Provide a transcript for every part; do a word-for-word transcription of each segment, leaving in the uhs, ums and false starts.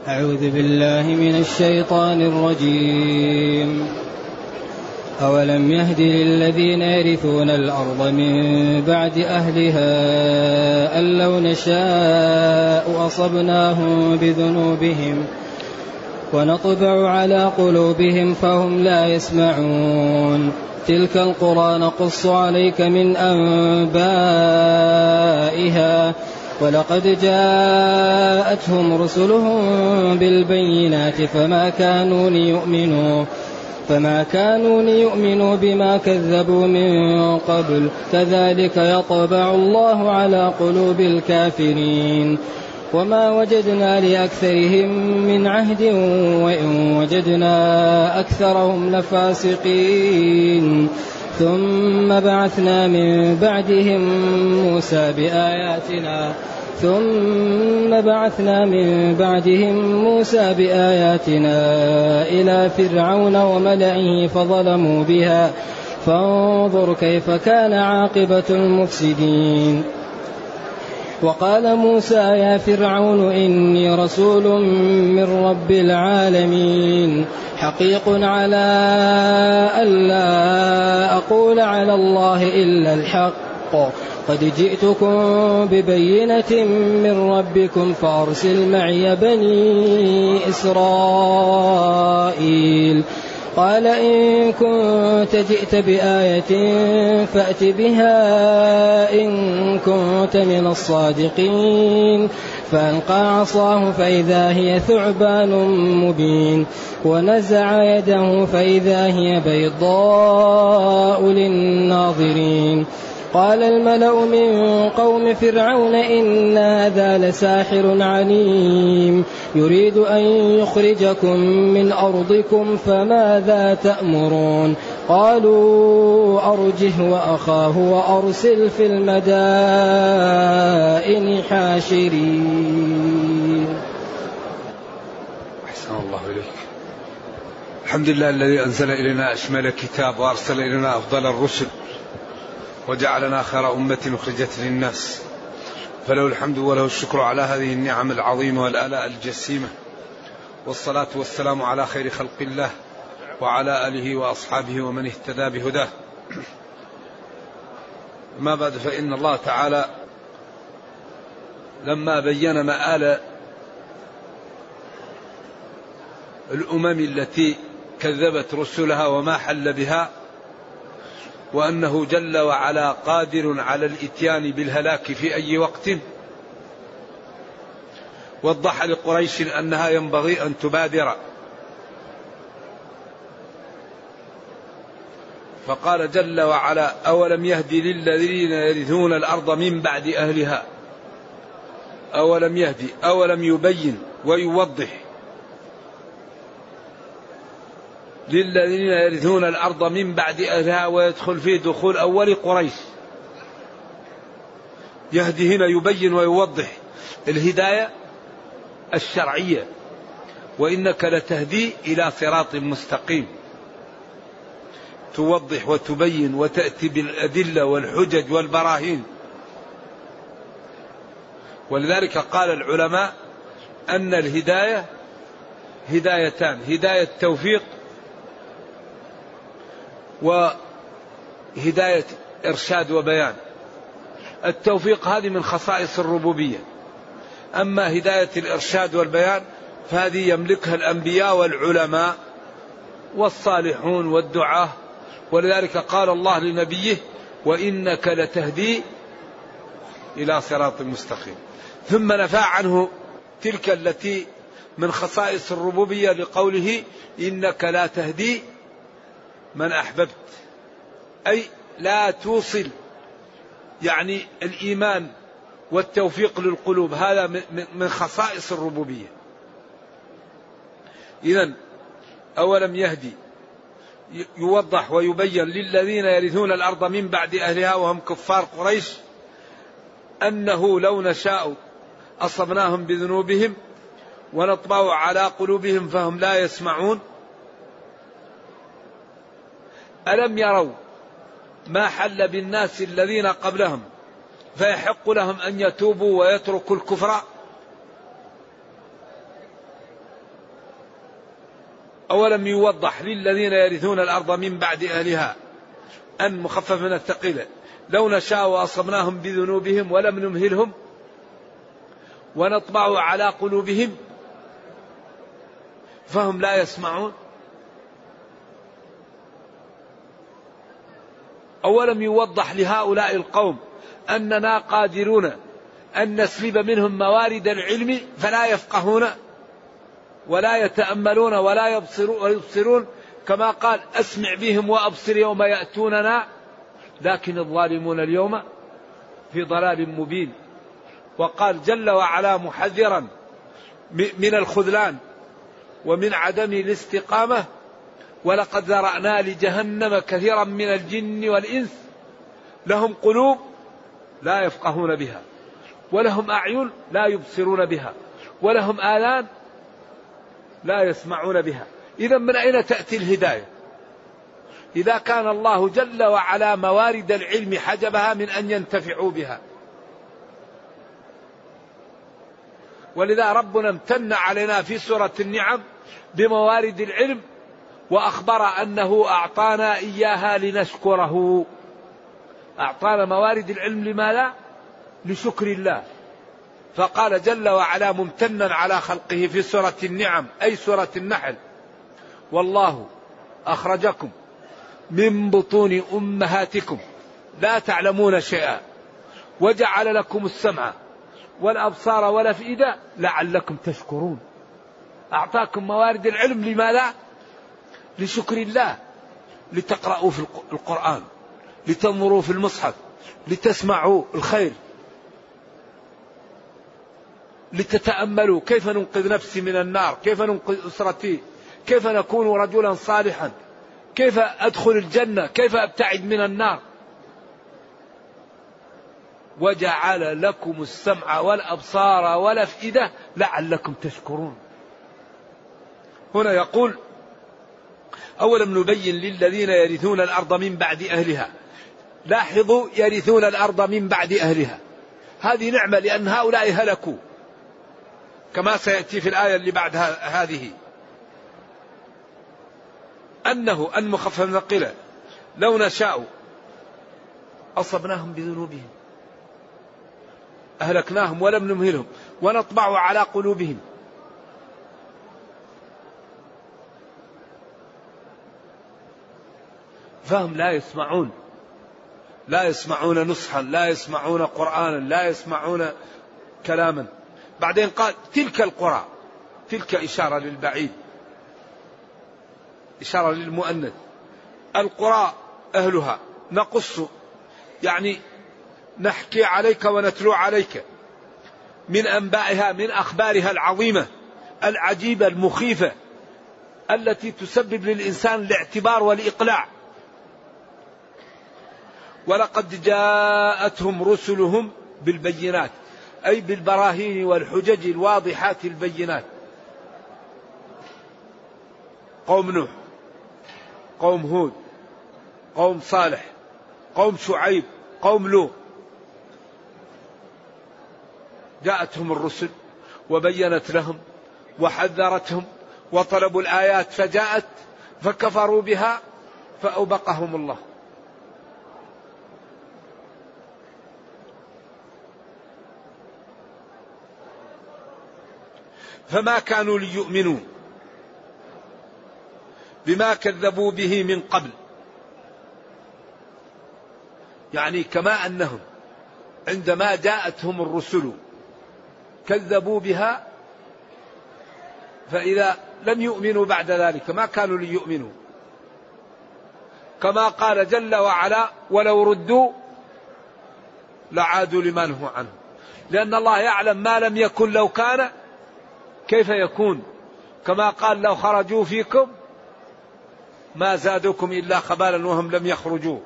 أعوذ بالله من الشيطان الرجيم. أولم يهد للذين يرثون الأرض من بعد أهلها أن لو نشاء أصبناهم بذنوبهم ونطبع على قلوبهم فهم لا يسمعون. تلك القرى نقص عليك من أنبائها ولقد جاءتهم رسلهم بالبينات فما كانوا ليؤمنوا فما كانوا ليؤمنوا بما كذبوا من قبل كذلك يطبع الله على قلوب الكافرين. وما وجدنا لأكثرهم من عهد وإن وجدنا أكثرهم لفاسقين. ثم بعثنا من بعدهم موسى بآياتنا ثم بعثنا من بعدهم موسى بآياتنا إلى فرعون وملئه فظلموا بها فانظر كيف كان عاقبة المفسدين. وقال موسى يا فرعون إني رسول من رب العالمين حقيق على ألا أقول على الله إلا الحق قد جئتكم ببينة من ربكم فأرسل معي بني إسرائيل. قال إن كنت جئت بآية فأت بها إن كنت من الصادقين. فألقى عصاه فإذا هي ثعبان مبين ونزع يده فإذا هي بيضاء للناظرين. قال الملأ من قوم فرعون إن هذا لساحر عليم يريد أن يخرجكم من أرضكم فماذا تأمرون. قالوا أرجه وأخاه وأرسل في المدائن حاشرين. أحسن الله إليك. الحمد لله الذي أنزل إلينا أشمل كتاب وأرسل إلينا أفضل الرسل وجعلنا خير أمة أخرجت للناس فله الحمد وله الشكر على هذه النعم العظيمة والآلاء الجسيمة. والصلاة والسلام على خير خلق الله وعلى آله وأصحابه ومن اهتدى بهداه. ما بعد، فإن الله تعالى لما بين مآل الأمم التي كذبت رسلها وما حل بها وأنه جل وعلا قادر على الإتيان بالهلاك في أي وقت، وضح لقريش أنها ينبغي أن تبادر. فقال جل وعلا أولم يهدي للذين يرثون الأرض من بعد أهلها. أولم يهدي، أولم يبين ويوضح للذين يرثون الأرض من بعد أهلها، ويدخل فيه دخول أول قريش. يهدي هنا يبين ويوضح الهداية الشرعية، وإنك لتهدي إلى صراط مستقيم، توضح وتبين وتأتي بالأدلة والحجج والبراهين. ولذلك قال العلماء أن الهداية هدايتان: هداية توفيق وهداية إرشاد وبيان. التوفيق هذه من خصائص الربوبية، أما هداية الإرشاد والبيان فهذه يملكها الأنبياء والعلماء والصالحون والدعاة. ولذلك قال الله لنبيه وإنك لتهدي إلى صراط مستقيم، ثم نفى عنه تلك التي من خصائص الربوبية لقوله إنك لا تهدي من أحببت، أي لا توصل يعني الإيمان والتوفيق للقلوب، هذا من خصائص الربوبية. إذن أولم يهدي يوضح ويبين للذين يرثون الأرض من بعد أهلها وهم كفار قريش أنه لو نشاء أصبناهم بذنوبهم ونطبع على قلوبهم فهم لا يسمعون. ألم يروا ما حل بالناس الذين قبلهم فيحق لهم أن يتوبوا ويتركوا الكفر. أولم يوضح للذين يرثون الأرض من بعد أهلها أن مخفف من الثقيلة لو نشاء وأصبناهم بذنوبهم ولم نمهلهم ونطبع على قلوبهم فهم لا يسمعون. أولم يوضح لهؤلاء القوم أننا قادرون أن نسلب منهم موارد العلم فلا يفقهون ولا يتأملون ولا يبصرون، كما قال أسمع بهم وأبصر يوم يأتوننا لكن الظالمون اليوم في ضلال مبين. وقال جل وعلا محذرا من الخذلان ومن عدم الاستقامة ولقد ذرأنا لجهنم كثيرا من الجن والإنس لهم قلوب لا يفقهون بها ولهم أعين لا يبصرون بها ولهم آذان لا يسمعون بها. إذا من أين تأتي الهداية إذا كان الله جل وعلا موارد العلم حجبها من أن ينتفعوا بها؟ ولذا ربنا امتن علينا في سورة النعم بموارد العلم وأخبر أنه أعطانا إياها لنشكره. أعطانا موارد العلم لماذا؟ لشكر الله. فقال جل وعلا ممتنا على خلقه في سورة النعم أي سورة النحل والله أخرجكم من بطون أمهاتكم لا تعلمون شيئا وجعل لكم السمع والأبصار والأفئدة لعلكم تشكرون. أعطاكم موارد العلم لماذا؟ لشكر الله، لتقرأوا في القرآن، لتنظروا في المصحف، لتسمعوا الخير، لتتأملوا كيف ننقذ نفسي من النار، كيف ننقذ أسرتي، كيف نكون رجلا صالحا، كيف أدخل الجنة، كيف أبتعد من النار. وجعل لكم السمع والأبصار والأفئدة لعلكم تشكرون. هنا يقول أولم نبين للذين يرثون الأرض من بعد أهلها. لاحظوا يرثون الأرض من بعد أهلها، هذه نعمة لأن هؤلاء هلكوا كما سيأتي في الآية اللي بعد هذه أنه أن مخفف من الثقيلة لو نشاء أصبناهم بذنوبهم أهلكناهم ولم نمهلهم ونطبع على قلوبهم. فهم لا يسمعون، لا يسمعون نصحا، لا يسمعون قرآنا، لا يسمعون كلاما. بعدين قال تلك القرى، تلك إشارة للبعيد، إشارة للمؤنث. القرى أهلها نقص يعني نحكي عليك ونتلو عليك من أنبائها، من أخبارها العظيمة العجيبة المخيفة التي تسبب للإنسان الاعتبار والإقلاع. ولقد جاءتهم رسلهم بالبينات أي بالبراهين والحجج الواضحات البينات. قوم نوح، قوم هود، قوم صالح، قوم شعيب، قوم لوط، جاءتهم الرسل وبينت لهم وحذرتهم وطلبوا الآيات فجاءت فكفروا بها فأوبقهم الله. فما كانوا ليؤمنوا بما كذبوا به من قبل، يعني كما أنهم عندما جاءتهم الرسل كذبوا بها فإذا لم يؤمنوا بعد ذلك ما كانوا ليؤمنوا. كما قال جل وعلا ولو ردوا لعادوا لما نهوا عنه، لأن الله يعلم ما لم يكن لو كان كيف يكون. كما قال لو خرجوا فيكم ما زادوكم إلا خبالا وهم لم يخرجوا.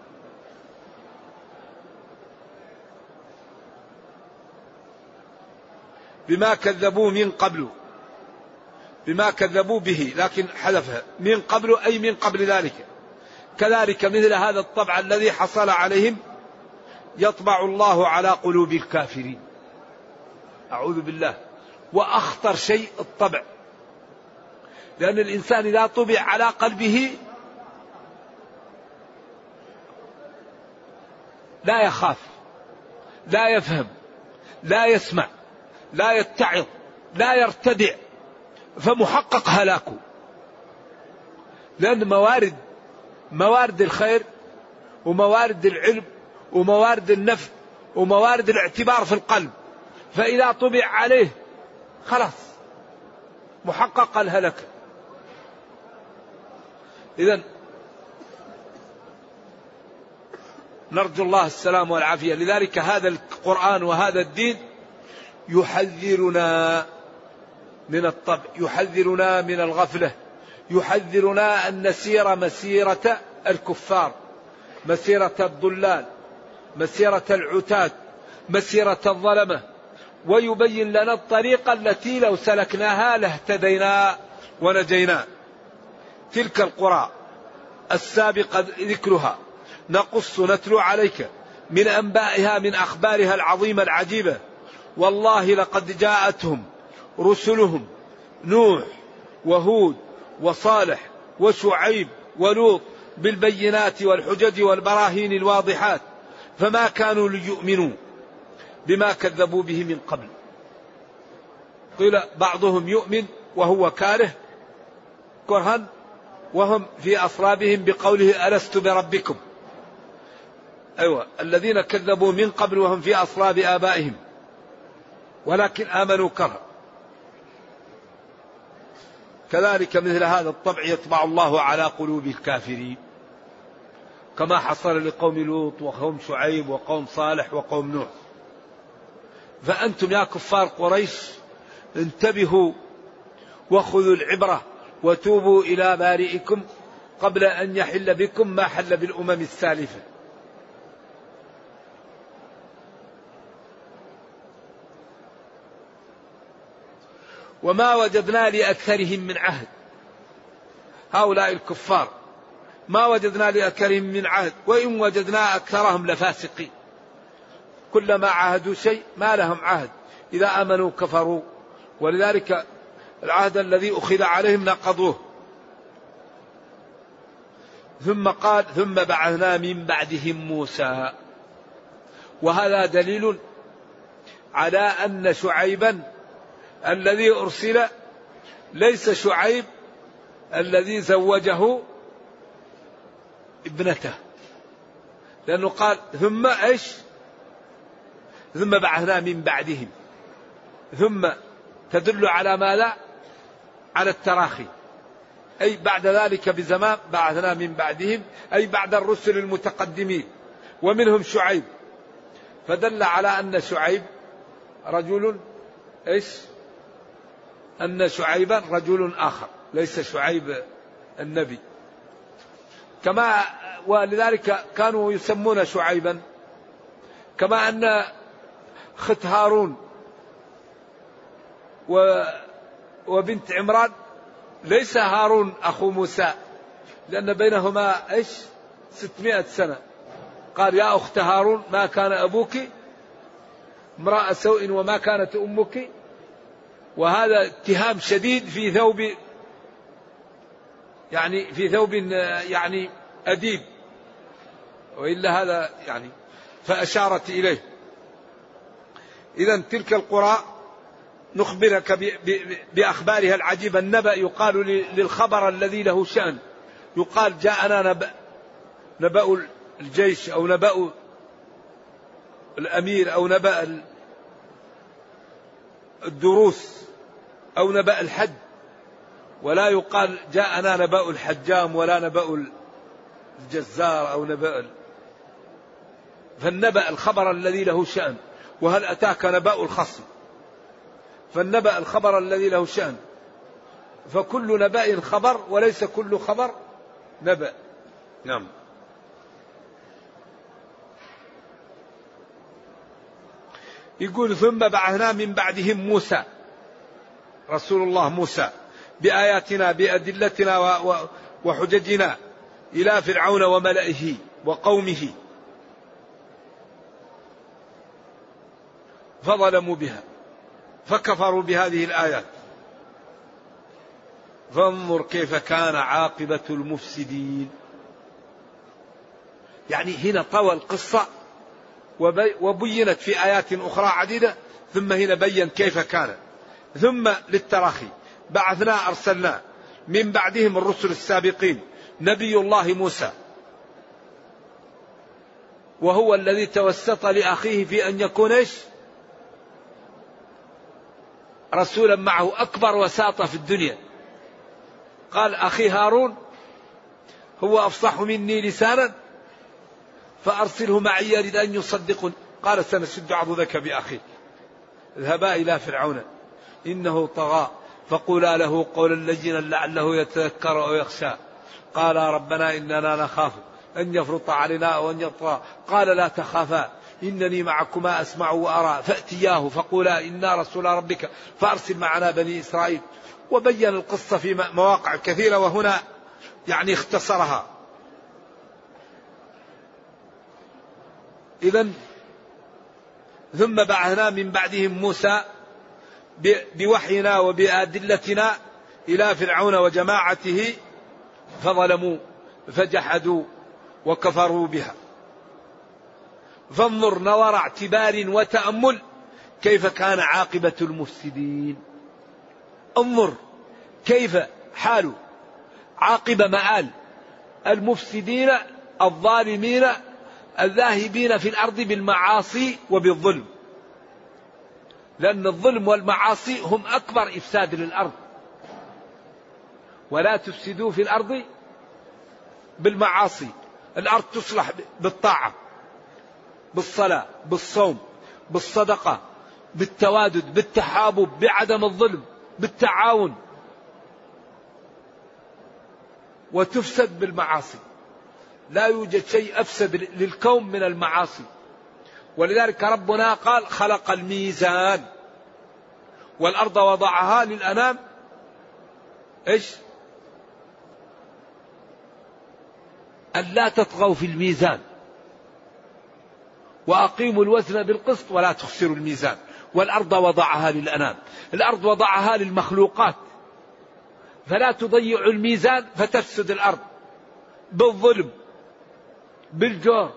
بما كذبوا من قبل، بما كذبوا به لكن حذفها من قبل أي من قبل ذلك. كذلك مثل هذا الطبع الذي حصل عليهم يطبع الله على قلوب الكافرين. أعوذ بالله. وأخطر شيء الطبع، لأن الإنسان إذا طبع على قلبه لا يخاف، لا يفهم، لا يسمع، لا يتعظ، لا يرتدع، فمحقق هلاكه. لأن موارد موارد الخير وموارد العلم وموارد النفع وموارد الاعتبار في القلب، فإذا طبع عليه خلاص محقق الهلكة. إذن نرجو الله السلام والعافية. لذلك هذا القرآن وهذا الدين يحذرنا من الطبع، يحذرنا من الغفلة، يحذرنا أن نسير مسيرة الكفار، مسيرة الضلال، مسيرة العتاد، مسيرة الظلمة، ويبين لنا الطريقة التي لو سلكناها لاهتدينا ونجينا. تلك القرى السابقة ذكرها نقص نتلو عليك من أنبائها من أخبارها العظيمة العجيبة. والله لقد جاءتهم رسلهم نوح وهود وصالح وشعيب ولوط بالبينات والحجج والبراهين الواضحات، فما كانوا ليؤمنوا بما كذبوا به من قبل. قيل بعضهم يؤمن وهو كاره كرها وهم في أصلابهم بقوله ألست بربكم. أيوة، الذين كذبوا من قبل وهم في أصلاب آبائهم ولكن آمنوا كرها. كذلك مثل هذا الطبع يطبع الله على قلوب الكافرين، كما حصل لقوم لوط وقوم شعيب وقوم صالح وقوم نوح. فأنتم يا كفار قريش انتبهوا وخذوا العبرة وتوبوا إلى بارئكم قبل أن يحل بكم ما حل بالأمم السالفة. وما وجدنا لأكثرهم من عهد. هؤلاء الكفار ما وجدنا لأكثرهم من عهد، وإن وجدنا أكثرهم لفاسقين. كلما عاهدوا شيء ما لهم عهد، إذا آمنوا كفروا. ولذلك العهد الذي أخذ عليهم نقضوه. ثم قال ثم بعثنا من بعدهم موسى. وهذا دليل على أن شعيبا الذي أرسل ليس شعيب الذي زوجه ابنته، لأنه قال ثم إيش ثم بعثنا من بعدهم، ثم تدل على ماذا؟ على التراخي، أي بعد ذلك بزمان بعثنا من بعدهم، أي بعد الرسل المتقدمين ومنهم شعيب. فدل على أن شعيب رجل إيش أن شعيبا رجل آخر ليس شعيب النبي. كما ولذلك كانوا يسمون شعيبا، كما أن خت هارون وبنت عمران ليس هارون أخو موسى، لأن بينهما إيش ستمائة سنة. قال يا أخت هارون ما كان أبوك امرأ سوء وما كانت أمك. وهذا اتهام شديد في ثوب يعني في ثوب يعني أديب، وإلا هذا يعني فأشارت إليه. إذن تلك القرى نخبرك بأخبارها العجيبة. النبأ يقال للخبر الذي له شأن، يقال جاءنا نبأ, نبأ الجيش أو نبأ الأمير أو نبأ الدروس أو نبأ الحج، ولا يقال جاءنا نبأ الحجام ولا نبأ الجزار أو نبأ. فالنبأ الخبر الذي له شأن. وهل أتاك نبأ الخصم؟ فالنبأ الخبر الذي له شأن. فكل نبأ خبر وليس كل خبر نبأ. نعم. يقول ثم بعثنا من بعدهم موسى، رسول الله موسى، بآياتنا بأدلتنا وحججنا إلى فرعون وملئه وقومه فظلموا بها فكفروا بهذه الآيات. فانظر كيف كان عاقبة المفسدين. يعني هنا طوى القصة وبينت في آيات أخرى عديدة، ثم هنا بين كيف كان. ثم للتراخي بعثنا أرسلنا من بعدهم الرسل السابقين نبي الله موسى، وهو الذي توسط لأخيه في أن يكون إيش؟ رسولا معه، أكبر وساطة في الدنيا. قال أخي هارون هو أفصح مني لسانا فأرسله معي يريد أن يصدقني. قال سنشد عضدك بأخيك، اذهبا إلى فرعون إنه طغى فقولا له قولا لينا لعله يتذكر أو يخشى. قال ربنا إننا نخاف أن يفرط علينا أو أن يطغى. قال لا تخافا إنني معكما أسمع وأرى فأتياه فقولا إنا رسول ربك فأرسل معنا بني إسرائيل. وبين القصة في مواقع كثيرة، وهنا يعني اختصرها. إذن ثم بعثنا من بعدهم موسى بوحينا وبأدلتنا إلى فرعون وجماعته فظلموا فجحدوا وكفروا بها. فانظر نظر اعتبار وتأمل كيف كان عاقبة المفسدين. انظر كيف حال عاقبة مآل المفسدين الظالمين الذاهبين في الأرض بالمعاصي وبالظلم، لأن الظلم والمعاصي هم أكبر إفساد للأرض. ولا تفسدوا في الأرض بالمعاصي. الأرض تصلح بالطاعة، بالصلاة، بالصوم، بالصدقة، بالتوادد، بالتحابب، بعدم الظلم، بالتعاون. وتفسد بالمعاصي. لا يوجد شيء أفسد للكون من المعاصي. ولذلك ربنا قال خلق الميزان والأرض وضعها للأنام إيش؟ ألا تطغوا في الميزان وأقيموا الوزن بالقسط ولا تخسروا الميزان. والأرض وضعها للأنام، الأرض وضعها للمخلوقات، فلا تضيعوا الميزان فتفسد الأرض بالظلم بالجور.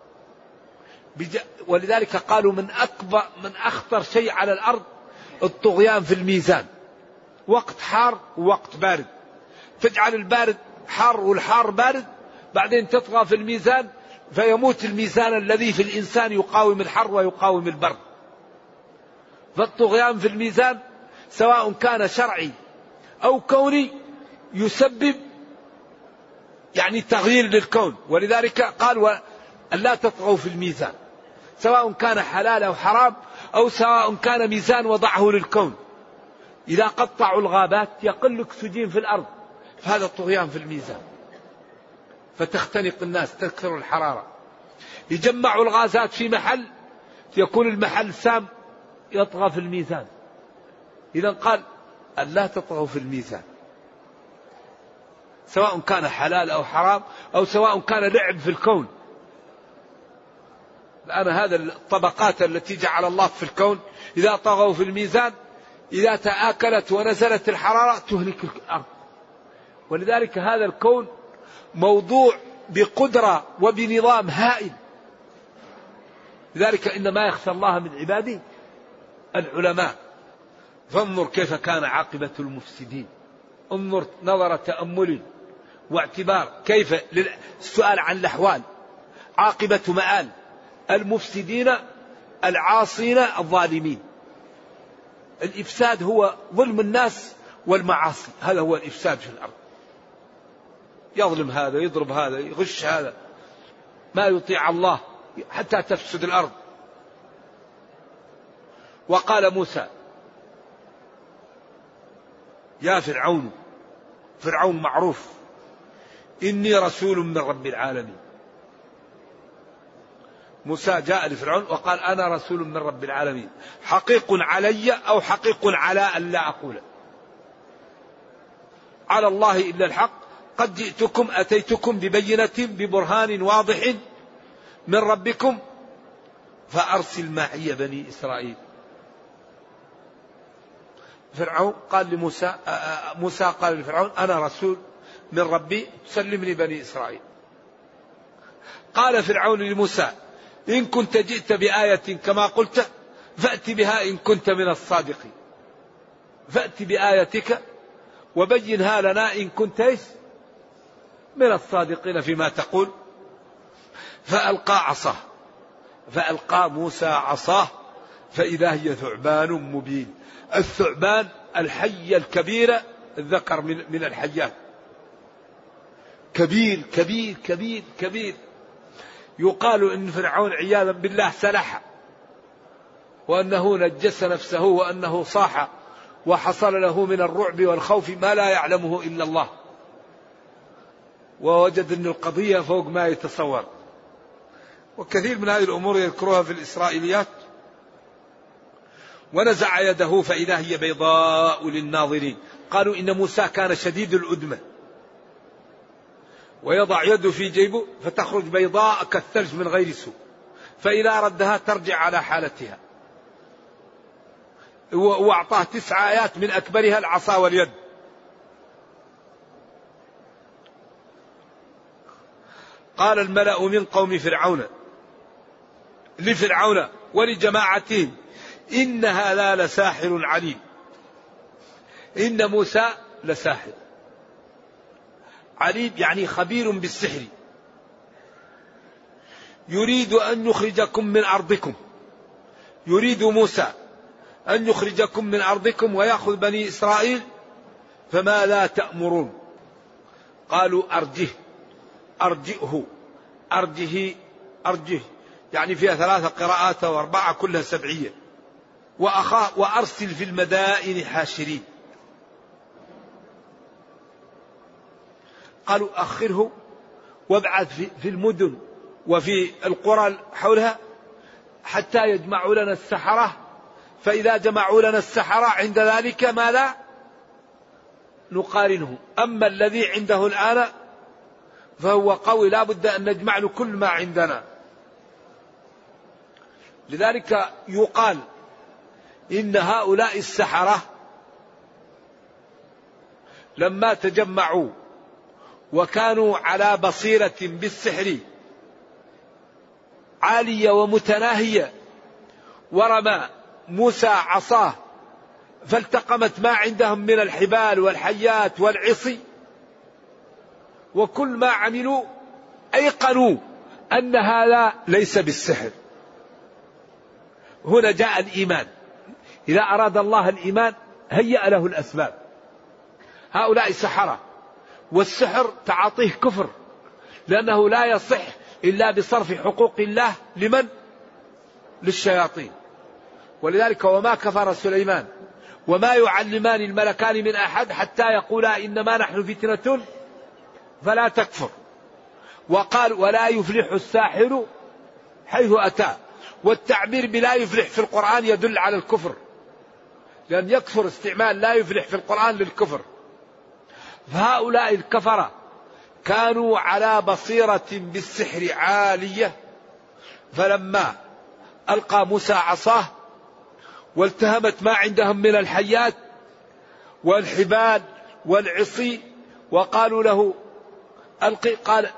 ولذلك قالوا من أكبر من أخطر شيء على الأرض الطغيان في الميزان. وقت حار ووقت بارد، تجعل البارد حار والحار بارد، بعدين تطغى في الميزان فيموت الميزان الذي في الإنسان يقاوم الحر ويقاوم البرد. فالطغيان في الميزان سواء كان شرعي أو كوني يسبب يعني تغيير للكون. ولذلك قال ألا تطغوا في الميزان، سواء كان حلال أو حرام، أو سواء كان ميزان وضعه للكون. إذا قطعوا الغابات يقل أكسجين في الأرض، فهذا الطغيان في الميزان، فتختنق الناس، تكثر الحرارة. يجمعوا الغازات في محل يكون المحل سام، يطغى في الميزان. إذا قال ألا تطغوا في الميزان، سواء كان حلال أو حرام، أو سواء كان لعب في الكون. الآن هذا الطبقات التي جعل الله في الكون إذا طغوا في الميزان، إذا تآكلت ونزلت الحرارة تهلك الأرض. ولذلك هذا الكون موضوع بقدرة وبنظام هائل. لذلك إنما يخشى الله من عباده العلماء. فانظر كيف كان عاقبة المفسدين. انظر نظر تأمل واعتبار كيف السؤال عن الأحوال. عاقبة مآل المفسدين العاصين الظالمين. الإفساد هو ظلم الناس والمعاصي، هذا هو الإفساد في الأرض. يظلم هذا، يضرب هذا، يغش هذا، ما يطيع الله حتى تفسد الأرض. وقال موسى يا فرعون، فرعون معروف، إني رسول من رب العالمين. موسى جاء لفرعون وقال أنا رسول من رب العالمين، حقيق علي أو حقيق على أن لا أقول على الله إلا الحق، قد جئتكم أتيتكم ببينة ببرهان واضح من ربكم فأرسل معي بني إسرائيل. فرعون قال لموسى موسى قال لفرعون أنا رسول من ربي سلمني بني إسرائيل. قال فرعون لموسى إن كنت جئت بآية كما قلت فأت بها إن كنت من الصادقين. فأت بآيتك وبينها لنا إن كنت من الصادقين فيما تقول. فألقى عصاه فألقى موسى عصاه فإذا هي ثعبان مبين. الثعبان الحية الكبيرة الذكر من من الحيات، كبير كبير كبير كبير. يقال إن فرعون عياذا بالله سلح، وأنه نجس نفسه، وأنه صاح، وحصل له من الرعب والخوف ما لا يعلمه إلا الله، ووجد أن القضية فوق ما يتصور. وكثير من هذه الأمور يذكروها في الإسرائيليات. ونزع يده فإذا هي بيضاء للناظرين. قالوا إن موسى كان شديد الأدمة، ويضع يده في جيبه فتخرج بيضاء كالثلج من غير سوء، فإذا ردها ترجع على حالتها. وأعطاه تسع آيات من أكبرها العصا واليد. قال الملأ من قوم فرعون لفرعون ولجماعته إن هذا لساحر عليم. إن موسى لساحر عليم، يعني خبير بالسحر، يريد أن يخرجكم من أرضكم. يريد موسى أن يخرجكم من أرضكم ويأخذ بني إسرائيل، فما لا تأمرون. قالوا أرجه أرجئه أرجه أرجه، يعني فيها ثلاثة قراءات وأربعة كلها سبعية. وأخاه وأرسل في المدائن حاشرين. قالوا أخره وابعث في المدن وفي القرى حولها حتى يجمعوا لنا السحرة، فإذا جمعوا لنا السحرة عند ذلك ما لا نقارنه. أما الذي عنده الآن فهو قوي، لا بد أن نجمع له كل ما عندنا. لذلك يقال إن هؤلاء السحرة لما تجمعوا وكانوا على بصيرة بالسحر عالية ومتناهية، ورمى موسى عصاه فالتقمت ما عندهم من الحبال والحيات والعصي، وكل ما عملوا أيقنوا أن هذا ليس بالسحر. هنا جاء الإيمان. إذا أراد الله الإيمان هيأ له الأسباب. هؤلاء سحرة، والسحر تعاطيه كفر، لأنه لا يصح إلا بصرف حقوق الله لمن؟ للشياطين. ولذلك وما كفر سليمان وما يعلمان الملكان من أحد حتى يقولا إنما نحن فتنة فلا تكفر. وقال ولا يفلح الساحر حيث أتى. والتعبير بلا يفلح في القرآن يدل على الكفر، لأن يكفر استعمال لا يفلح في القرآن للكفر. فهؤلاء الكفرة كانوا على بصيرة بالسحر عالية، فلما ألقى موسى عصاه والتهمت ما عندهم من الحيات والحبال والعصي وقالوا له ألقي، قال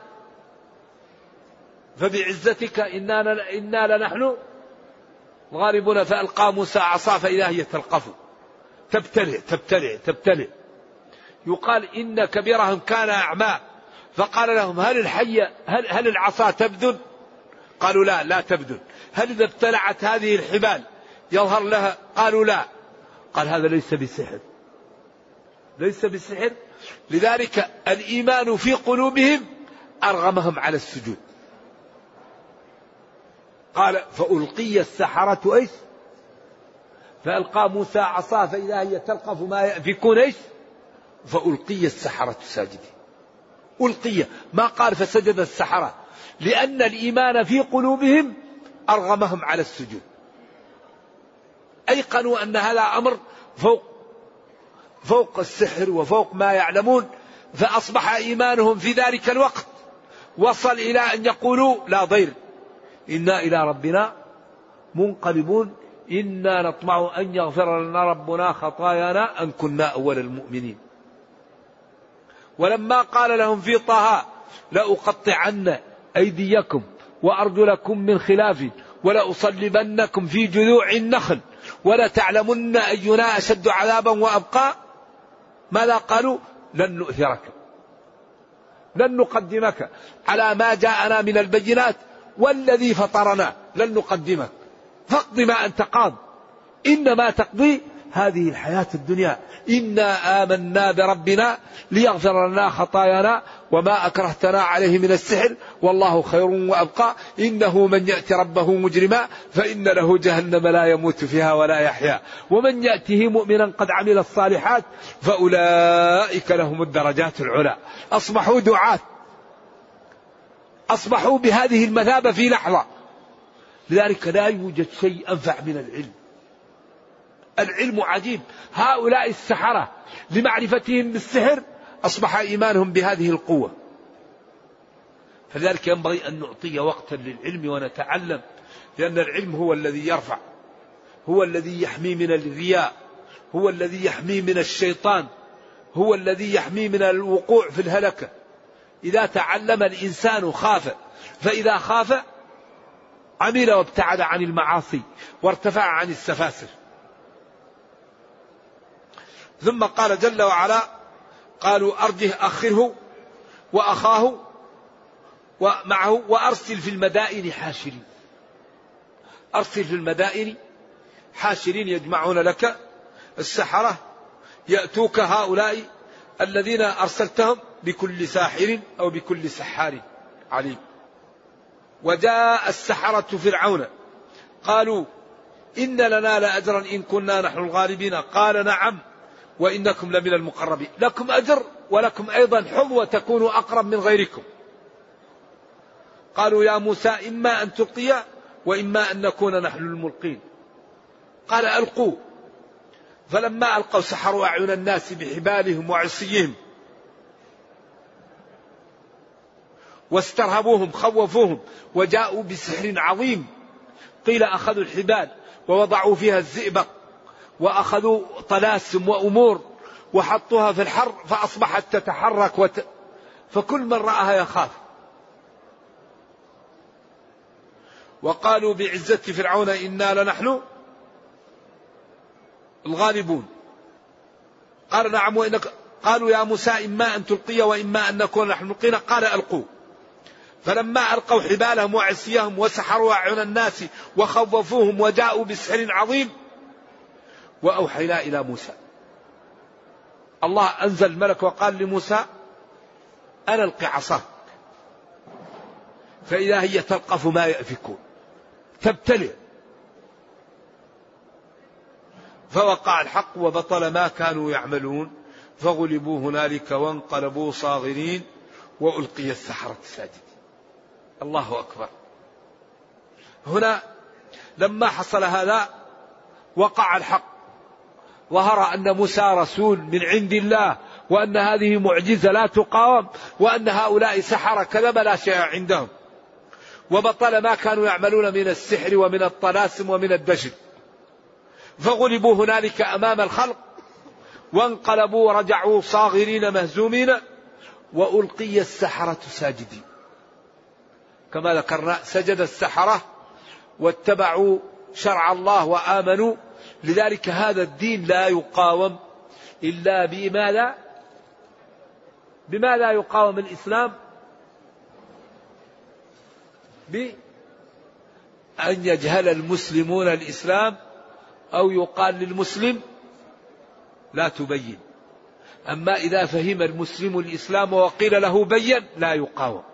فبعزتك إنا إنا لنحن غالبون. فألقى موسى عصاه فإذا هي تلقف تبتلع تبتلع تبتلع. يقال إن كبيرهم كان أعمى، فقال لهم هل الحية هل, هل العصا تبدن؟ قالوا لا لا تبدن. هل إذا ابتلعت هذه الحبال يظهر لها؟ قالوا لا. قال هذا ليس بسحر، ليس بسحر. لذلك الإيمان في قلوبهم أرغمهم على السجود. قال فألقي السحرة إيش؟ فألقى موسى عصاه فإذا هي تلقف ما يأفكون إيش؟ فألقي السحرة ساجدين. ألقي، ما قال فسجد السحرة، لأن الإيمان في قلوبهم أرغمهم على السجود. أيقنوا أن هذا أمر فوق فوق السحر وفوق ما يعلمون، فأصبح إيمانهم في ذلك الوقت وصل إلى أن يقولوا لا ضير إنا إلى ربنا منقلبون إنا نطمع أن يغفر لنا ربنا خطايانا أن كنا أول المؤمنين. ولما قال لهم في طه لأقطعن أيديكم وأرجلكم من خلاف ولأصلبنكم في جذوع النخل ولتعلمن أينا أشد عذابا وأبقى، ماذا قالوا؟ لن نؤثرك، لن نقدمك على ما جاءنا من البينات، والذي فطرنا لن نقدمك، فاقض ما أنت قاض، إنما تقضي هذه الحياة الدنيا، إنا آمنا بربنا ليغفر لنا خطايانا وما أكرهتنا عليه من السحر والله خير وأبقى، إنه من يأتي ربه مجرما فإن له جهنم لا يموت فيها ولا يحيا، ومن يأته مؤمنا قد عمل الصالحات فأولئك لهم الدرجات العلى. أصبحوا دعاة، أصبحوا بهذه المثابة في لحظة. لذلك لا يوجد شيء أنفع من العلم. العلم عجيب. هؤلاء السحرة لمعرفتهم بالسحر أصبح إيمانهم بهذه القوة. فلذلك ينبغي أن نعطي وقتا للعلم ونتعلم، لأن العلم هو الذي يرفع، هو الذي يحمي من الرياء، هو الذي يحمي من الشيطان، هو الذي يحمي من الوقوع في الهلكة. إذا تعلم الإنسان خاف، فإذا خاف عمل وابتعد عن المعاصي وارتفع عن السفاسف. ثم قال جل وعلا قالوا أرجه أخره وأخاه ومعه وأرسل في المدائن حاشرين. أرسل في المدائن حاشرين يجمعون لك السحرة، يأتوك هؤلاء الذين أرسلتهم بكل ساحر أو بكل سحار عليم. وجاء السحرة فرعون قالوا إن لنا لأجرا إن كنا نحن الغالبين، قال نعم وإنكم لمن المقربين، لكم أجر ولكم أيضا حظوة تكونوا أقرب من غيركم. قالوا يا موسى إما أن تلقي وإما أن نكون نحن الملقين، قال ألقوا. فلما ألقوا سحروا أعين الناس بحبالهم وعصيهم واسترهبوهم خوفوهم وجاءوا بسحر عظيم. قيل أخذوا الحبال ووضعوا فيها الزئبق وأخذوا طلاسم وأمور وحطوها في الحر فأصبحت تتحرك وت... فكل من رآها يخاف. وقالوا بعزة فرعون إنا لنحن الغالبون. قال نعم وإنك. قالوا يا موسى إما أن تلقي وإما أن نكون نحن الملقين، قال ألقوا. فلما ألقوا حبالهم وعصيهم وسحروا أعين الناس وخوفوهم وجاءوا بسحر عظيم وأوحينا إلى موسى. الله أنزل ملك وقال لموسى أنا ألقي عصاك فإذا هي تلقف ما يأفكون، تبتلع. فوقع الحق وبطل ما كانوا يعملون فغلبوا هنالك وانقلبوا صاغرين وألقي السحرة ساجدين. الله أكبر. هنا لما حصل هذا وقع الحق، ظهر أن موسى رسول من عند الله وأن هذه معجزة لا تقاوم وأن هؤلاء سحرة كذب لا شيء عندهم، وبطل ما كانوا يعملون من السحر ومن الطلاسم ومن الدجل. فغلبوا هنالك أمام الخلق وانقلبوا رجعوا صاغرين مهزومين وألقي السحرة ساجدين. كما ذكرنا سجد السحرة واتبعوا شرع الله وآمنوا. لذلك هذا الدين لا يقاوم إلا بماذا؟ بماذا يقاوم الإسلام؟ بأن يجهل المسلمون الإسلام أو يقال للمسلم لا تبين. أما إذا فهم المسلم الإسلام وقيل له بين لا يقاوم.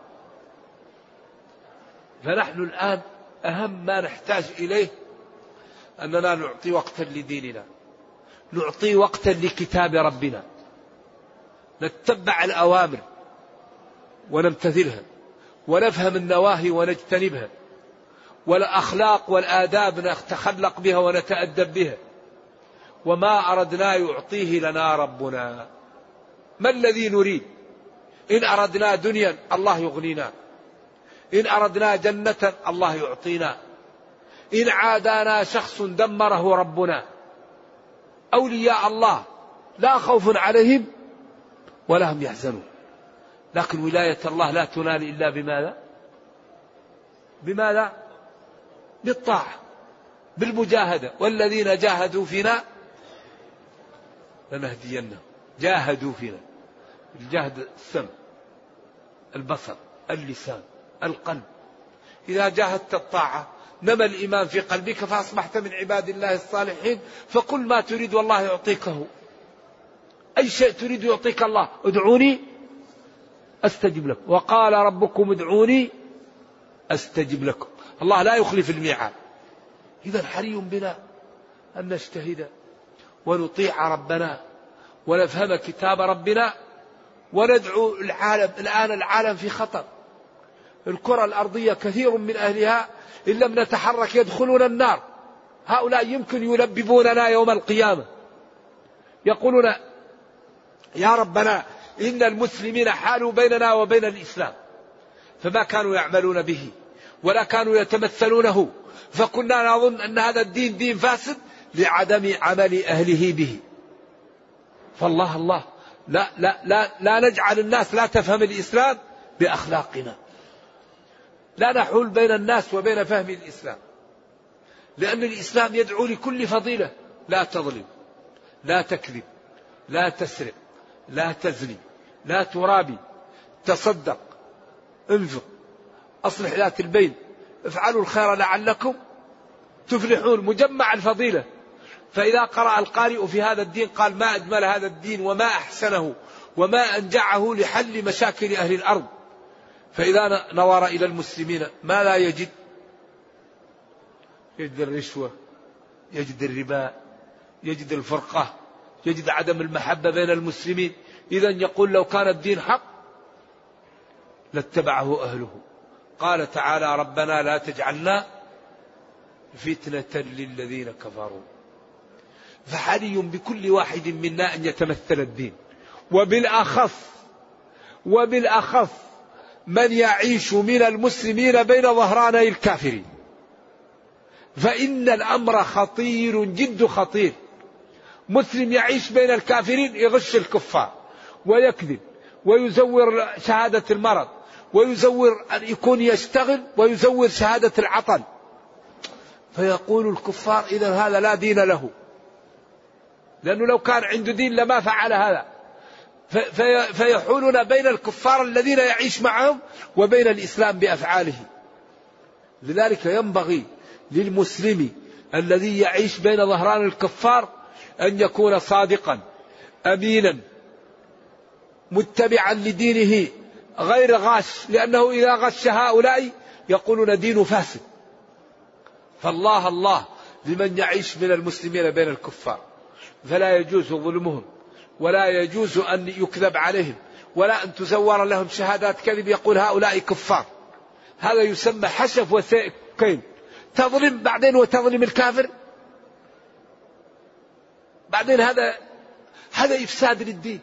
فنحن الآن أهم ما نحتاج إليه أننا نعطي وقتا لديننا، نعطي وقتا لكتاب ربنا، نتبع الأوامر ونمتثلها ونفهم النواهي ونجتنبها، والأخلاق والآداب نتخلق بها ونتأدب بها. وما أردنا يعطيه لنا ربنا. ما الذي نريد؟ إن أردنا دنيا الله يغنينا، إن أردنا جنة الله يعطينا، إن عادانا شخص دمره ربنا. أولياء الله لا خوف عليهم ولا هم يحزنون. لكن ولاية الله لا تنال إلا بماذا؟ بماذا؟ بالطاعة، بالمجاهدة. والذين جاهدوا فينا لنهدينهم. جاهدوا فينا، الجهد السمع، البصر، اللسان، القلب. إذا جاهدت الطاعة نمى الإيمان في قلبك فأصبحت من عباد الله الصالحين. فكل ما تريد والله يعطيكه. أي شيء تريد يعطيك الله. ادعوني أستجب لكم، وقال ربكم ادعوني أستجب لكم. الله لا يخلف الميعاد. إذا حري بنا أن نجتهد ونطيع ربنا ونفهم كتاب ربنا وندعو العالم. الآن العالم في خطر. الكرة الأرضية كثير من أهلها إن لم نتحرك يدخلون النار. هؤلاء يمكن يلببوننا يوم القيامة، يقولون يا ربنا إن المسلمين حالوا بيننا وبين الإسلام، فما كانوا يعملون به ولا كانوا يتمثلونه، فكنا نظن أن هذا الدين دين فاسد لعدم عمل أهله به. فالله الله لا, لا, لا, لا نجعل الناس لا تفهم الإسلام بأخلاقنا. لا نحول بين الناس وبين فهم الإسلام، لأن الإسلام يدعو لكل فضيلة. لا تظلم، لا تكذب، لا تسرق، لا تزني، لا ترابي، تصدق، انفق، أصلح ذات البين، افعلوا الخير لعلكم تفلحون. مجمع الفضيلة. فإذا قرأ القارئ في هذا الدين قال ما أجمل هذا الدين وما أحسنه وما أنجعه لحل مشاكل أهل الأرض. فإذا نظر إلى المسلمين ما لا يجد؟ يجد الرشوة، يجد الربا، يجد الفرقة، يجد عدم المحبة بين المسلمين. إذا يقول لو كان الدين حق لاتبعه أهله. قال تعالى ربنا لا تجعلنا فتنة للذين كفروا. فحري بكل واحد منا أن يتمثل الدين، وبالأخص وبالأخص من يعيش من المسلمين بين ظهراني الكافرين. فإن الأمر خطير جد خطير. مسلم يعيش بين الكافرين يغش الكفار ويكذب ويزور شهادة المرض ويزور أن يكون يشتغل ويزور شهادة العطل. فيقول الكفار إذا هذا لا دين له، لأنه لو كان عنده دين لما فعل هذا. في فيحولون بين الكفار الذين يعيش معهم وبين الإسلام بأفعاله. لذلك ينبغي للمسلم الذي يعيش بين ظهران الكفار أن يكون صادقا أمينا متبعا لدينه غير غاش، لأنه إذا غش هؤلاء يقولون دين فاسد. فالله الله لمن يعيش من المسلمين بين الكفار، فلا يجوز ظلمهم ولا يجوز أن يكذب عليهم ولا أن تزور لهم شهادات كذب يقول هؤلاء كفار. هذا يسمى حشف وسائق كيل. تظلم بعدين وتظلم الكافر بعدين، هذا هذا إفساد للدين.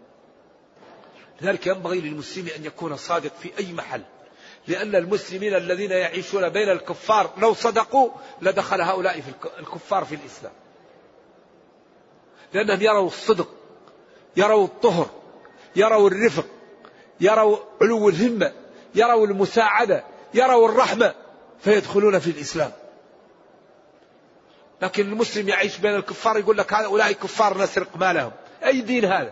لذلك ينبغي للمسلم أن يكون صادق في أي محل، لأن المسلمين الذين يعيشون بين الكفار لو صدقوا لدخل هؤلاء في الكفار في الإسلام، لأنهم يروا الصدق، يروا الطهر، يروا الرفق، يروا علو الهمة، يروا المساعدة، يروا الرحمة، فيدخلون في الإسلام. لكن المسلم يعيش بين الكفار يقول لك هؤلاء كفار نسرق مالهم. أي دين هذا؟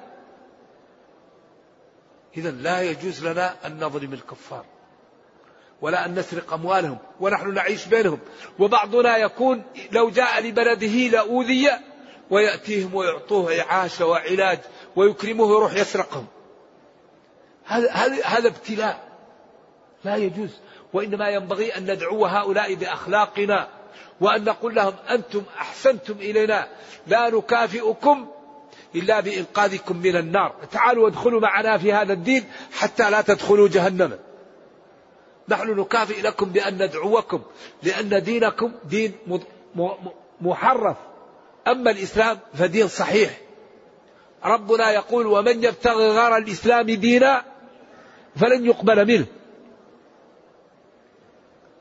إذا لا يجوز لنا أن نظلم الكفار ولا أن نسرق أموالهم ونحن نعيش بينهم. وبعضنا يكون لو جاء لبلده لأوذي ويأتيهم ويعطوه إعاشة وعلاج ويكرموه يروح يسرقهم. هذا هذا ابتلاء لا يجوز. وإنما ينبغي أن ندعو هؤلاء بأخلاقنا وأن نقول لهم أنتم أحسنتم إلينا لا نكافئكم إلا بإنقاذكم من النار، تعالوا وادخلوا معنا في هذا الدين حتى لا تدخلوا جهنم. نحن نكافئ لكم بأن ندعوكم لأن دينكم دين محرف، أما الإسلام فدين صحيح. ربنا يقول ومن يبتغي غير الإسلام دينا فلن يقبل منه.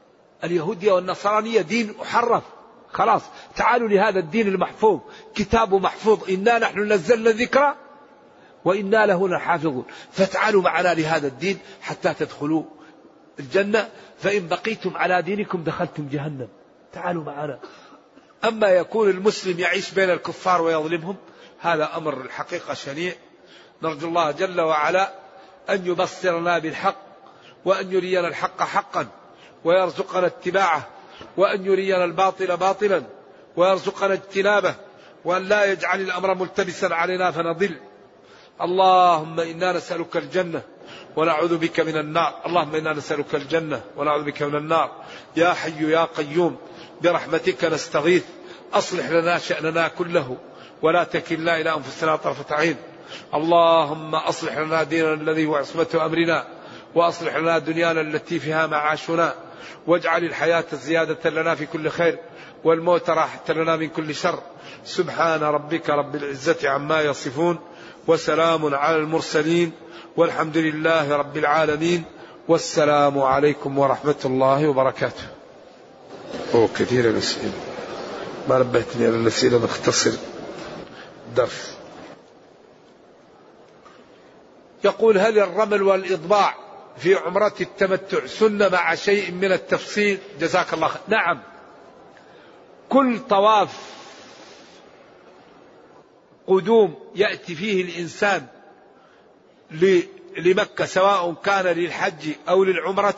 اليهودية والنصرانية دين محرف، خلاص تعالوا لهذا الدين المحفوظ، كتاب محفوظ، إنا نحن نزلنا الذكر وإنا له لحافظون، فتعالوا معنا لهذا الدين حتى تدخلوا الجنة، فإن بقيتم على دينكم دخلتم جهنم، تعالوا معنا. أما يكون المسلم يعيش بين الكفار ويظلمهم، هذا أمر الحقيقة شنيع. نرجو الله جل وعلا أن يبصرنا بالحق، وأن يرينا الحق حقا ويرزقنا اتباعه، وأن يرينا الباطل باطلا ويرزقنا اجتنابه، وأن لا يجعل الأمر ملتبسا علينا فنضل. اللهم إنا نسألك الجنة ونعوذ بك من النار، اللهم إنا نسألك الجنة ونعوذ بك من النار. يا حي يا قيوم برحمتك نستغيث، أصلح لنا شأننا كله ولا تكلنا إلى أنفسنا طرفة عين. اللهم أصلح لنا ديننا الذي هو عصمة أمرنا، وأصلح لنا دنيانا التي فيها معاشنا، واجعل الحياة زيادة لنا في كل خير والموت راحة لنا من كل شر. سبحان ربك رب العزة عما يصفون، وسلام على المرسلين، والحمد لله رب العالمين، والسلام عليكم ورحمة الله وبركاته. أوه كثير الأسئلة، ما نبهتني على الأسئلة، نختصر الدرس. يقول: هل الرمل والإضباع في عمرة التمتع سنة مع شيء من التفصيل؟ جزاك الله خير. نعم، كل طواف قدوم يأتي فيه الإنسان لمكة سواء كان للحج أو للعمرة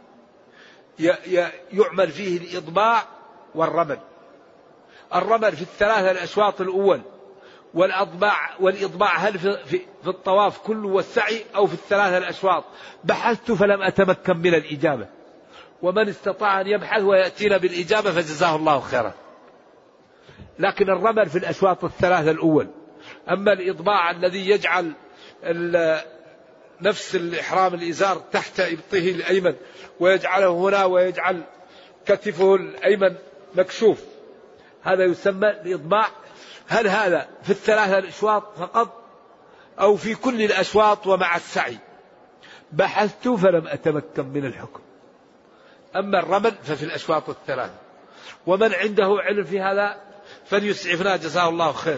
يعمل فيه الإضباع والرمل. الرمل في الثلاثة الأشواط الأول، والأضباع والإضباع هل في, في, في الطواف كله والسعي أو في الثلاثة الأشواط؟ بحثت فلم أتمكن من الإجابة، ومن استطاع أن يبحث ويأتينا بالإجابة فجزاه الله خيرا. لكن الرمل في الأشواط الثلاثة الأول. أما الإضباع الذي يجعل نفس الإحرام الإزار تحت إبطه الأيمن ويجعله هنا ويجعل كتفه الأيمن مكشوف، هذا يسمى الإضباع. هل هذا في الثلاثة الأشواط فقط أو في كل الأشواط ومع السعي؟ بحثت فلم أتمكن من الحكم. أما الرمل ففي الأشواط الثلاثة، ومن عنده علم في هذا فليسعفنا جزاه الله خير.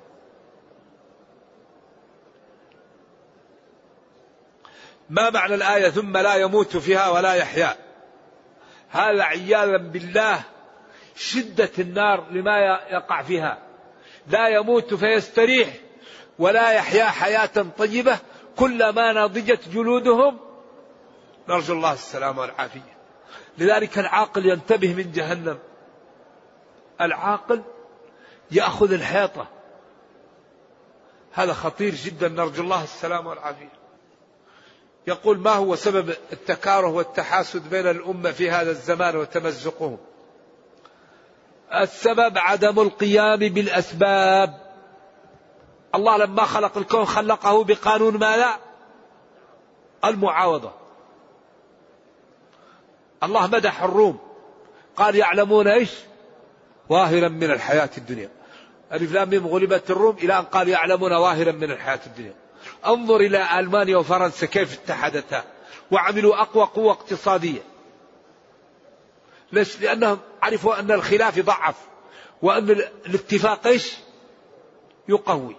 ما معنى الآية ثم لا يموت فيها ولا يحيا؟ هذا عياذا بالله شدة النار لما يقع فيها، لا يموت فيستريح ولا يحيا حياة طيبة، كلما نضجت جلودهم. نرجو الله السلامة والعافية. لذلك العاقل ينتبه من جهنم، العاقل يأخذ الحيطة، هذا خطير جدا، نرجو الله السلامة والعافية. يقول: ما هو سبب التكاره والتحاسد بين الأمة في هذا الزمان وتمزقهم؟ السبب عدم القيام بالأسباب. الله لما خلق الكون خلقه بقانون ماذا؟ المعاوضة. الله مدح الروم قال: يعلمون إيش؟ ظاهرا من الحياة الدنيا. ألف لام ميم غلبت الروم إلى أن قال يعلمون ظاهرا من الحياة الدنيا. انظر إلى ألمانيا وفرنسا كيف اتحدتا وعملوا أقوى قوة اقتصادية. ليش؟ لأنهم عرفوا أن الخلاف يضعف وأن الاتفاق إيش؟ يقوي.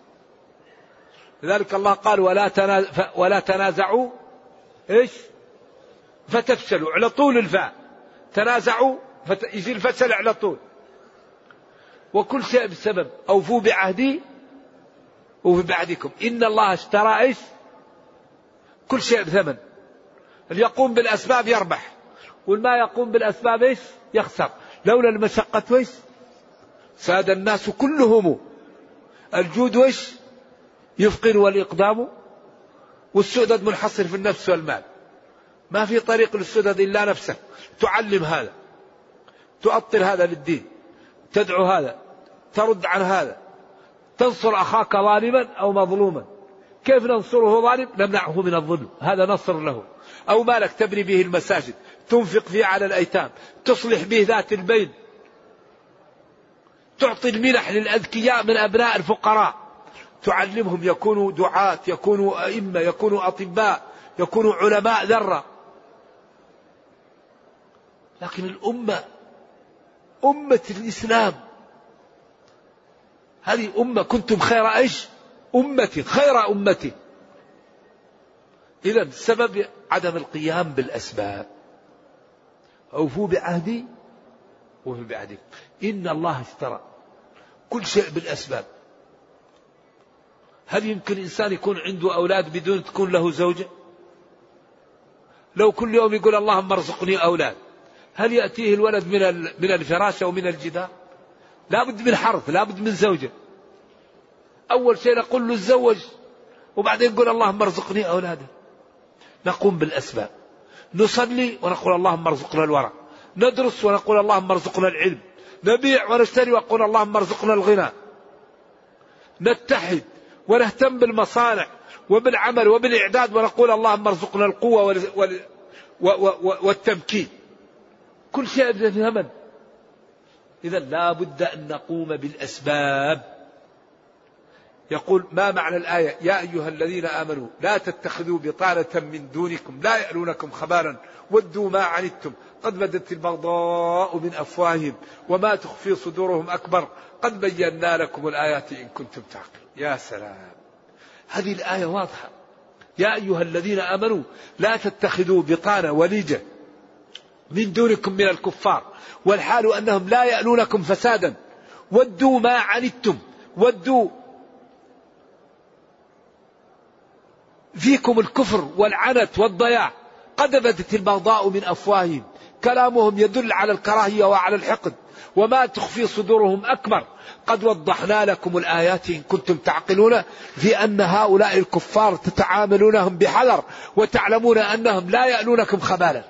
لذلك الله قال: ولا تنازع ولا تنازعوا إيش؟ فتفشلوا، على طول الفاء، تنازعوا يجي الفشل على طول. وكل شيء بسبب. أوفوا بعهدي وفي بعدكم إن الله اشترى إيش؟ كل شيء بثمن. اللي يقوم بالأسباب يربح، والما يقوم بالأسباب إيش؟ يخسر. لولا المشقة إيش؟ ساد الناس كلهم. الجود إيش؟ يفقر والإقدام، والسؤدد منحصر في النفس والمال. ما في طريق للسؤدد إلا نفسك، تعلم هذا، تؤطر هذا للدين، تدعو هذا، ترد عن هذا، تنصر أخاك ظالما أو مظلوما. كيف ننصره ظالم؟ نمنعه من الظلم، هذا نصر له. أو مالك تبني به المساجد، تنفق فيه على الأيتام، تصلح به ذات البين، تعطي المنح للأذكياء من أبناء الفقراء، تعلمهم يكونوا دعاة، يكونوا أئمة، يكونوا أطباء، يكونوا علماء ذرة. لكن الأمة أمة الإسلام هذه أمة كنتم خير إيش أمتي خير أمتي. إذن سبب عدم القيام بالأسباب. أوفوا بعهدي وفي بعهدكم إن الله اشترى كل شيء بالأسباب. هل يمكن إنسان يكون عنده أولاد بدون تكون له زوجة؟ لو كل يوم يقول اللهم ارزقني أولاد، هل يأتيه الولد من من الفراش أو من الجدار؟ لا بد من حرث، لا بد من زوجة. أول شيء نقول له تزوج، وبعدين نقول اللهم ارزقني أولادا. نقوم بالأسباب. نصلي ونقول اللهم ارزقنا الورع، ندرس ونقول اللهم ارزقنا العلم، نبيع ونشتري ونقول اللهم ارزقنا الغنى، نتحد ونهتم بالمصانع وبالعمل وبالإعداد ونقول اللهم ارزقنا القوة وال... وال... والتمكين. كل شيء بثمن. إذا لا بد أن نقوم بالأسباب. يقول ما معنى الآية يا أيها الذين آمنوا لا تتخذوا بطانة من دونكم لا يألونكم خبالا ودوا ما عنتم قد بدت البغضاء من أفواههم وما تخفي صدورهم أكبر قد بينا لكم الآيات إن كنتم تعقلون. يا سلام، هذه الآية واضحة. يا أيها الذين آمنوا لا تتخذوا بطانة وليجة من دونكم من الكفار والحال أنهم لا يألونكم فسادا ودوا ما عنتم. ودوا فيكم الكفر والعنت والضياع قد بدت البغضاء من أفواههم. كلامهم يدل على الكراهية وعلى الحقد وما تخفي صدورهم أكبر قد وضحنا لكم الآيات إن كنتم تعقلون في أن هؤلاء الكفار تتعاملونهم بحذر وتعلمون أنهم لا يألونكم خبالا.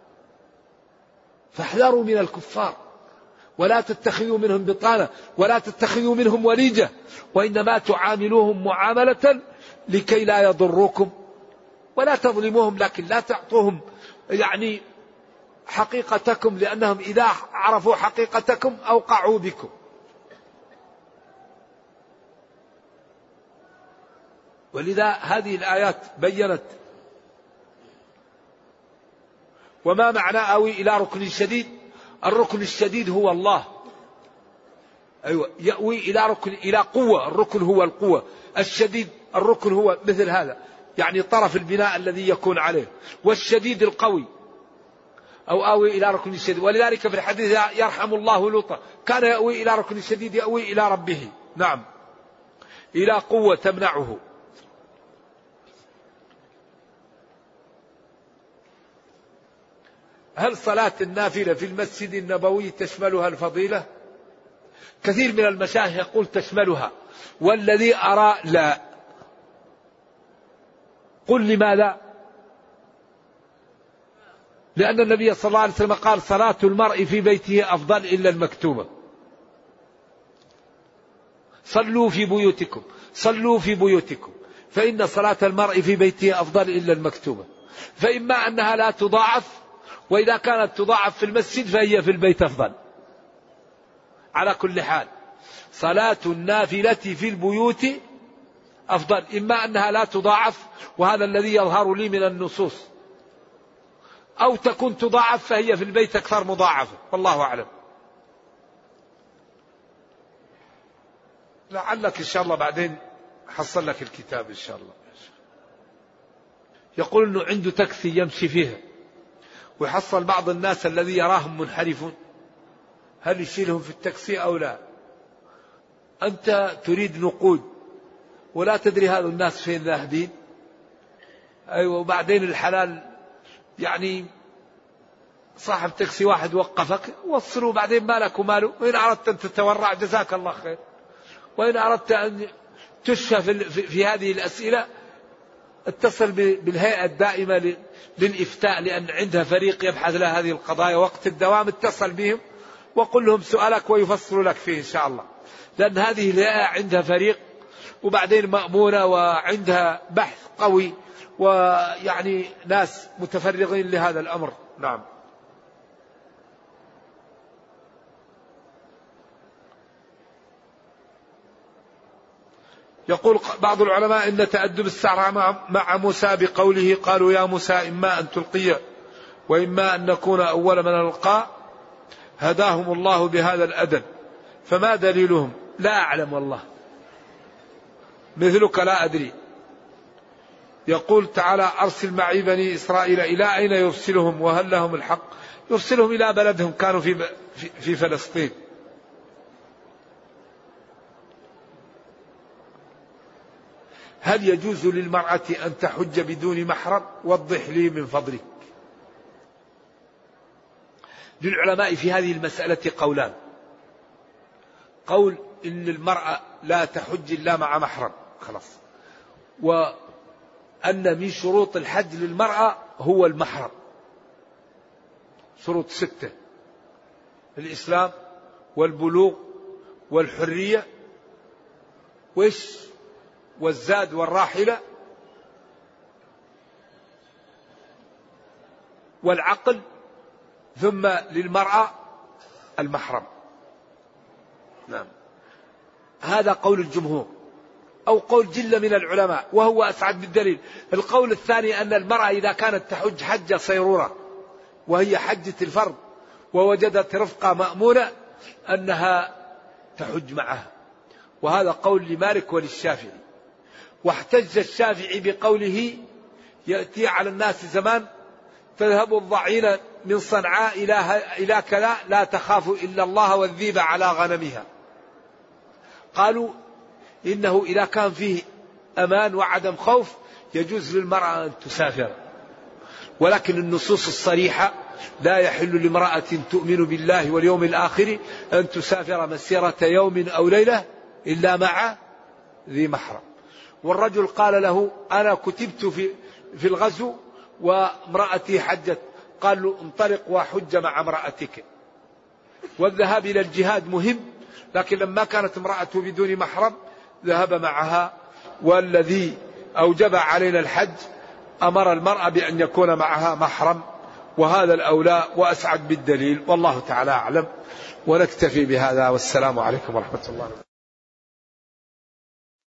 فاحذروا من الكفار ولا تتخذوا منهم بطانة ولا تتخذوا منهم وليجة وإنما تعاملوهم معاملة لكي لا يضروكم ولا تظلموهم، لكن لا تعطوهم يعني حقيقتكم لأنهم إذا عرفوا حقيقتكم أوقعوا بكم. ولذا هذه الآيات بيّنت. وما معنى آوي إلى ركن شديد؟ الركن الشديد هو الله. أيوة، يأوي إلى ركن إلى قوة. الركن هو القوة. الشديد الركن هو مثل هذا يعني طرف البناء الذي يكون عليه. والشديد القوي أو آوي إلى ركن شديد. ولذلك في الحديث يرحم الله لوطا كان يأوي إلى ركن شديد يأوي إلى ربه. نعم، إلى قوة تمنعه. هل صلاة النافلة في المسجد النبوي تشملها الفضيلة؟ كثير من المشايخ يقول تشملها، والذي أرى لا. قل لماذا؟ لأن النبي صلى الله عليه وسلم قال صلاة المرء في بيته أفضل إلا المكتوبة. صلوا في بيوتكم صلوا في بيوتكم فإن صلاة المرء في بيته أفضل إلا المكتوبة. فإما أنها لا تضاعف، وإذا كانت تضاعف في المسجد فهي في البيت أفضل. على كل حال صلاة النافلة في البيوت أفضل، إما أنها لا تضاعف وهذا الذي يظهر لي من النصوص، أو تكون تضاعف فهي في البيت أكثر مضاعفة، والله أعلم. لعلك إن شاء الله بعدين حصل لك الكتاب إن شاء الله. يقول أنه عنده تاكسي يمشي فيها ويحصل بعض الناس الذي يراهم منحرفون، هل يشيلهم في التاكسي أو لا؟ أنت تريد نقود ولا تدري هذا الناس فين ذاهبين. أيوة، وبعدين الحلال يعني صاحب تاكسي واحد وقفك وصلوا، بعدين مالك وماله. وإن أردت أن تتورع جزاك الله خير، وإن أردت أن تشفى في, في هذه الأسئلة اتصل بالهيئة الدائمة للإفتاء، لأن عندها فريق يبحث لها هذه القضايا وقت الدوام. اتصل بهم وقل لهم سؤالك ويفصلوا لك فيه إن شاء الله، لأن هذه الهيئة عندها فريق وبعدين مأمونة وعندها بحث قوي ويعني ناس متفرغين لهذا الأمر. نعم. يقول بعض العلماء إن تأدب السحرة مع موسى بقوله قالوا يا موسى إما أن تلقي وإما أن نكون أول من ألقى هداهم الله بهذا الأدب. فما دليلهم؟ لا أعلم والله، مثلك لا أدري. يقول تعالى أرسل معي بني إسرائيل، إلى أين يرسلهم وهل لهم الحق؟ يرسلهم إلى بلدهم، كانوا في في فلسطين. هل يجوز للمرأة أن تحج بدون محرم؟ وضح لي من فضلك. للعلماء في هذه المسألة قولان. قول إن المرأة لا تحج إلا مع محرم خلاص، وأن من شروط الحج للمرأة هو المحرم. شروط ستة: الإسلام والبلوغ والحرية وإيش والزاد والراحلة والعقل، ثم للمرأة المحرم. نعم، هذا قول الجمهور أو قول جلة من العلماء، وهو أسعد بالدليل. القول الثاني أن المرأة إذا كانت تحج حج صيرورة وهي حجة الفرض ووجدت رفقة مأمونة أنها تحج معها، وهذا قول لمالك وللشافعي. واحتج الشافعي بقوله: يأتي على الناس زمان تذهب الضعينة من صنعاء إلى إلى كذا لا تخاف إلا الله والذيب على غنمها. قالوا إنه إذا كان فيه أمان وعدم خوف يجوز للمرأة أن تسافر، ولكن النصوص الصريحة لا يحل لامرأة تؤمن بالله واليوم الآخر أن تسافر مسيرة يوم أو ليلة إلا مع ذي محرم. والرجل قال له: أنا كتبت في في الغزو وامرأتي حجت. قال له: انطلق وحج مع امرأتك. والذهاب إلى الجهاد مهم، لكن لما كانت امرأته بدون محرم ذهب معها. والذي أوجب علينا الحج أمر المرأة بأن يكون معها محرم، وهذا الأولى وأسعد بالدليل، والله تعالى أعلم. ونكتفي بهذا، والسلام عليكم ورحمة الله.